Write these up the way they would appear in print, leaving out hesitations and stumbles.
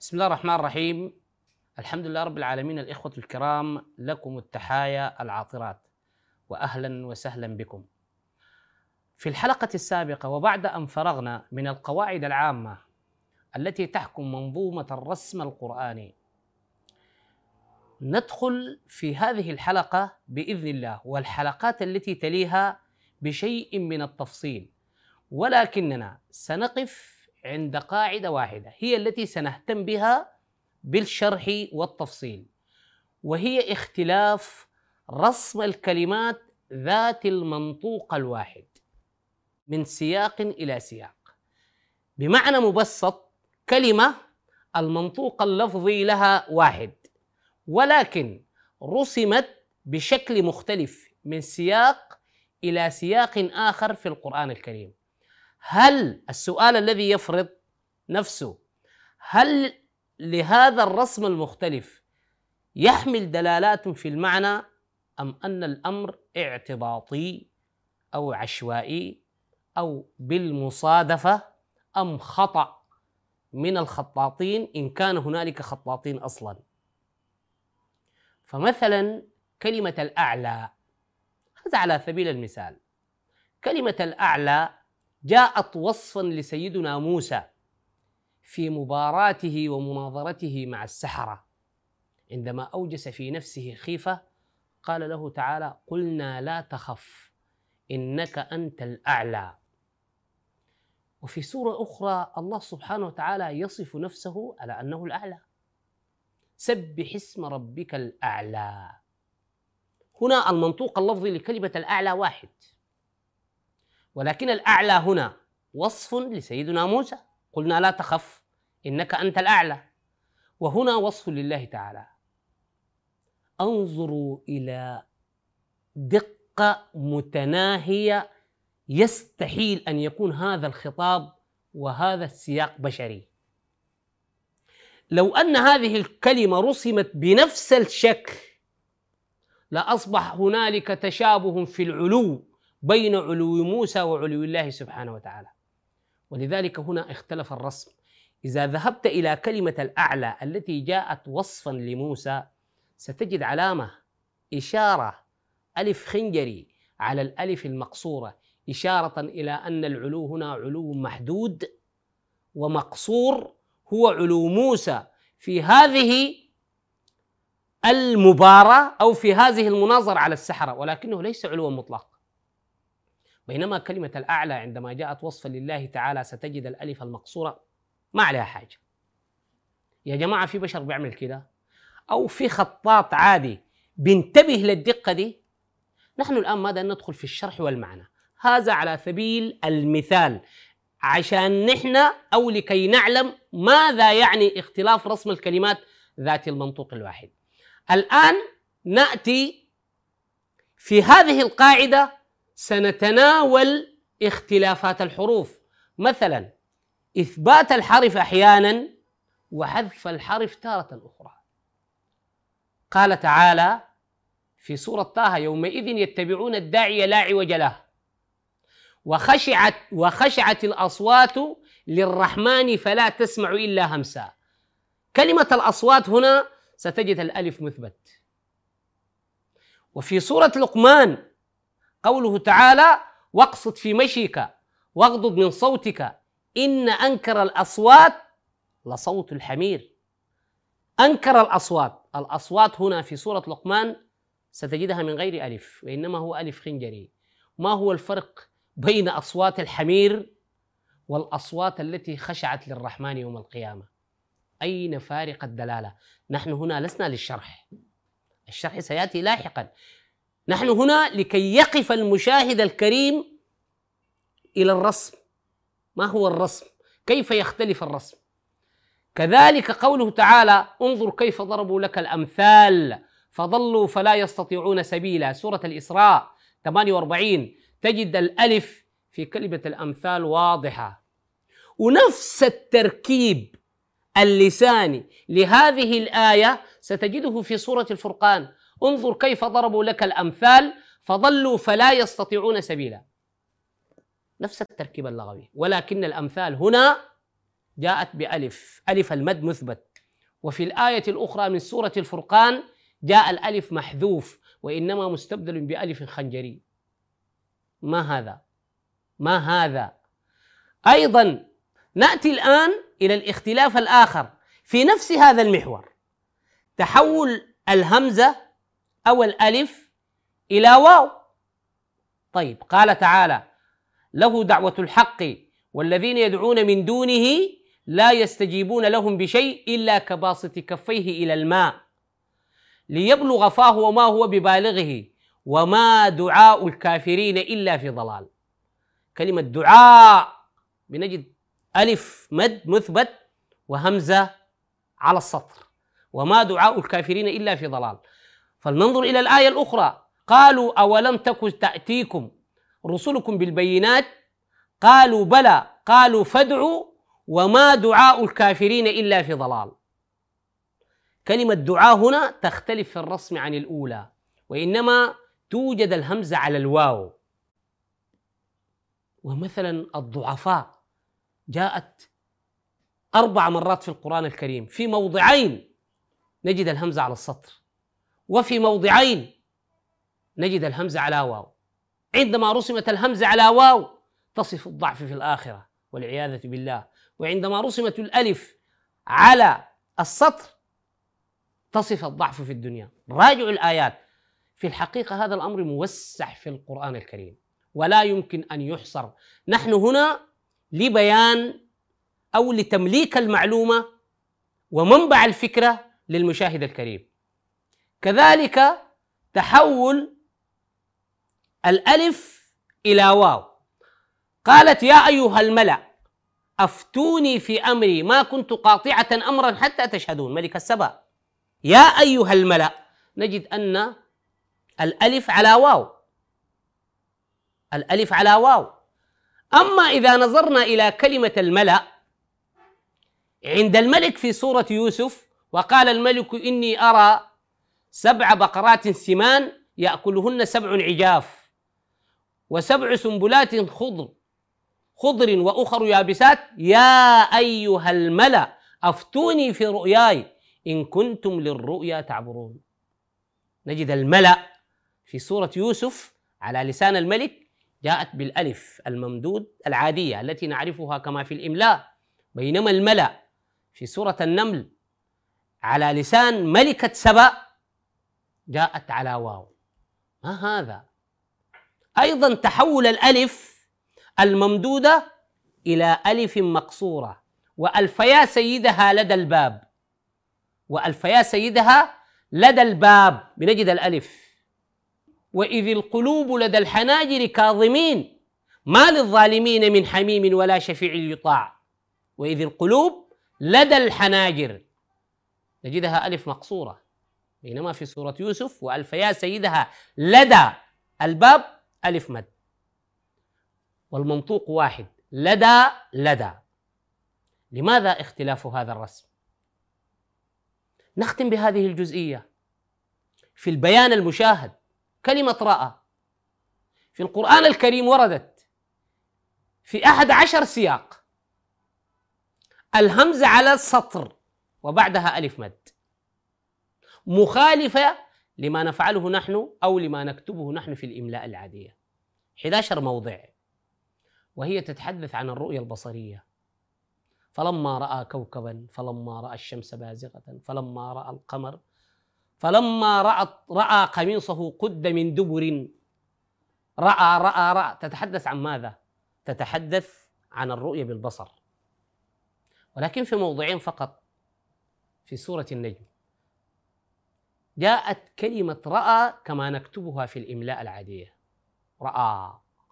بسم الله الرحمن الرحيم. الحمد لله رب العالمين. الإخوة الكرام، لكم التحايا العاطرات وأهلا وسهلا بكم. في الحلقة السابقة وبعد أن فرغنا من القواعد العامة التي تحكم منظومة الرسم القرآني، ندخل في هذه الحلقة بإذن الله والحلقات التي تليها بشيء من التفصيل، ولكننا سنقف عند قاعدة واحدة هي التي سنهتم بها بالشرح والتفصيل، وهي اختلاف رسم الكلمات ذات المنطوق الواحد من سياق إلى سياق. بمعنى مبسط، كلمة المنطوق اللفظي لها واحد، ولكن رسمت بشكل مختلف من سياق إلى سياق آخر في القرآن الكريم. هل السؤال الذي يفرض نفسه، هل لهذا الرسم المختلف يحمل دلالات في المعنى، أم أن الأمر اعتباطي أو عشوائي أو بالمصادفة، أم خطأ من الخطاطين إن كان هنالك خطاطين أصلا؟ فمثلا كلمة الأعلى، هذا على سبيل المثال، كلمة الأعلى جاءت وصفا لسيدنا موسى في مباراته ومناظرته مع السحرة، عندما أوجس في نفسه خيفة قال له تعالى: قلنا لا تخف إنك أنت الأعلى. وفي سورة أخرى الله سبحانه وتعالى يصف نفسه على أنه الأعلى: سبح اسم ربك الأعلى. هنا المنطوق اللفظي لكلمة الأعلى واحد، ولكن الأعلى هنا وصف لسيدنا موسى، قلنا لا تخف إنك أنت الأعلى، وهنا وصف لله تعالى. انظروا إلى دقة متناهية، يستحيل أن يكون هذا الخطاب وهذا السياق بشري. لو أن هذه الكلمة رسمت بنفس الشكل لأصبح هنالك تشابه في العلو بين علو موسى وعلو الله سبحانه وتعالى، ولذلك هنا اختلف الرسم. إذا ذهبت إلى كلمة الأعلى التي جاءت وصفا لموسى ستجد علامة إشارة ألف خنجري على الألف المقصورة، إشارة إلى أن العلو هنا علو محدود ومقصور، هو علو موسى في هذه المباراة أو في هذه المناظرة على السحرة، ولكنه ليس علوا مطلق. بينما كلمة الأعلى عندما جاءت وصفا لله تعالى ستجد الألف المقصورة ما عليها حاجة. يا جماعة، في بشر بيعمل كده أو في خطاط عادي بينتبه للدقة دي؟ نحن الآن ماذا ندخل في الشرح والمعنى، هذا على سبيل المثال عشان نحن أو لكي نعلم ماذا يعني اختلاف رسم الكلمات ذات المنطوق الواحد. الآن نأتي في هذه القاعدة سنتناول اختلافات الحروف، مثلا إثبات الحرف أحيانا وحذف الحرف تارة أخرى. قال تعالى في سورة طه: يومئذ يتبعون الداعي لا عوج له وخشعت الأصوات للرحمن فلا تسمع إلا همسا. كلمة الأصوات هنا ستجد الألف مثبت. وفي سورة لقمان قوله تعالى: واقصد في مشيك واغضض من صوتك إن أنكر الأصوات لصوت الحمير. أنكر الأصوات هنا في سورة لقمان ستجدها من غير ألف، وإنما هو ألف خنجري. ما هو الفرق بين أصوات الحمير والأصوات التي خشعت للرحمن يوم القيامة؟ أين فارق الدلالة؟ نحن هنا لسنا للشرح، الشرح سيأتي لاحقا. نحن هنا لكي يقف المشاهد الكريم إلى الرسم. ما هو الرسم؟ كيف يختلف الرسم؟ كذلك قوله تعالى: انظر كيف ضربوا لك الأمثال فضلوا فلا يستطيعون سبيلا. سورة الإسراء 48 تجد الألف في كلمة الأمثال واضحة. ونفس التركيب اللساني لهذه الآية ستجده في سورة الفرقان: انظر كيف ضربوا لك الأمثال فضلوا فلا يستطيعون سبيلا. نفس التركيب اللغوي، ولكن الأمثال هنا جاءت بألف، ألف المد مثبت، وفي الآية الأخرى من سورة الفرقان جاء الألف محذوف وإنما مستبدل بألف خنجري. ما هذا؟ ما هذا؟ أيضا نأتي الآن إلى الاختلاف الآخر في نفس هذا المحور، تحول الهمزة أو الألف إلى واو. طيب، قال تعالى: له دعوة الحق والذين يدعون من دونه لا يستجيبون لهم بشيء إلا كباسط كفيه إلى الماء ليبلغ فاه وما هو ببالغه وما دعاء الكافرين إلا في ضلال. كلمة دعاء بنجد ألف مد مثبت وهمزة على السطر، وما دعاء الكافرين إلا في ضلال. فلننظر إلى الآية الأخرى: قالوا أولم تك تأتيكم رسلكم بالبينات قالوا بلى قالوا فادعوا وما دعاء الكافرين إلا في ضلال. كلمة دعاء هنا تختلف في الرسم عن الأولى، وإنما توجد الهمزة على الواو. ومثلا الضعفاء جاءت 4 مرات في القرآن الكريم، في موضعين نجد الهمزة على السطر، وفي موضعين نجد الهمزة على واو. عندما رسمت الهمزة على واو تصف الضعف في الآخرة والعياذة بالله، وعندما رسمت الألف على السطر تصف الضعف في الدنيا. راجعوا الآيات. في الحقيقة هذا الأمر موسع في القرآن الكريم ولا يمكن أن يحصر. نحن هنا لبيان أو لتمليك المعلومة ومنبع الفكرة للمشاهد الكريم. كذلك تحول الألف إلى واو. قالت: يا أيها الملأ أفتوني في أمري ما كنت قاطعة أمرا حتى تشهدون. ملك السبأ. يا أيها الملأ، نجد أن الألف على واو، الألف على واو. أما إذا نظرنا إلى كلمة الملأ عند الملك في سورة يوسف: وقال الملك إني أرى 7 بقرات سمان يأكلهن 7 عجاف و7 سنبلات خضر وأخر يابسات يا أيها الملأ أفتوني في رؤياي إن كنتم للرؤيا تعبرون. نجد الملأ في سورة يوسف على لسان الملك جاءت بالألف الممدود العادية التي نعرفها كما في الإملاء، بينما الملأ في سورة النمل على لسان ملكة سبأ جاءت على واو. ما هذا؟ أيضا تحول الألف الممدودة إلى ألف مقصورة. وألف يا سيدها لدى الباب، وألف يا سيدها لدى الباب بنجد الألف. وإذ القلوب لدى الحناجر كاظمين ما للظالمين من حميم ولا شفيع يطاع. وإذ القلوب لدى الحناجر نجدها ألف مقصورة، بينما في سورة يوسف وألف يا سيدها لدى الباب ألف مد، والمنطوق واحد: لدى لدى. لماذا اختلاف هذا الرسم؟ نختم بهذه الجزئية. في البيان المشاهد كلمة رأى في القرآن الكريم وردت في 11 سياق، الهمزة على السطر وبعدها ألف مد، مخالفة لما نفعله نحن أو لما نكتبه نحن في الإملاء العادية. 11 موضع، وهي تتحدث عن الرؤية البصرية: فلما رأى كوكبا فلما رأى الشمس بازغة فلما رأى القمر فلما رأى قميصه قد من دبر. رأى تتحدث عن ماذا؟ تتحدث عن الرؤية بالبصر، ولكن في موضعين فقط. في سورة النجم جاءت كلمة رأى كما نكتبها في الإملاء العادية، رأى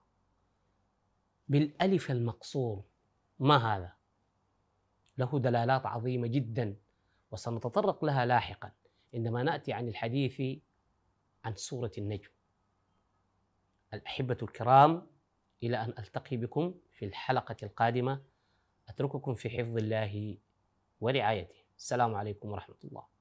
بالألف المقصور. ما هذا؟ له دلالات عظيمة جدا وسنتطرق لها لاحقا عندما نأتي عن الحديث عن سورة النجم. الأحبة الكرام، إلى أن ألتقي بكم في الحلقة القادمة أترككم في حفظ الله ورعايته. السلام عليكم ورحمة الله.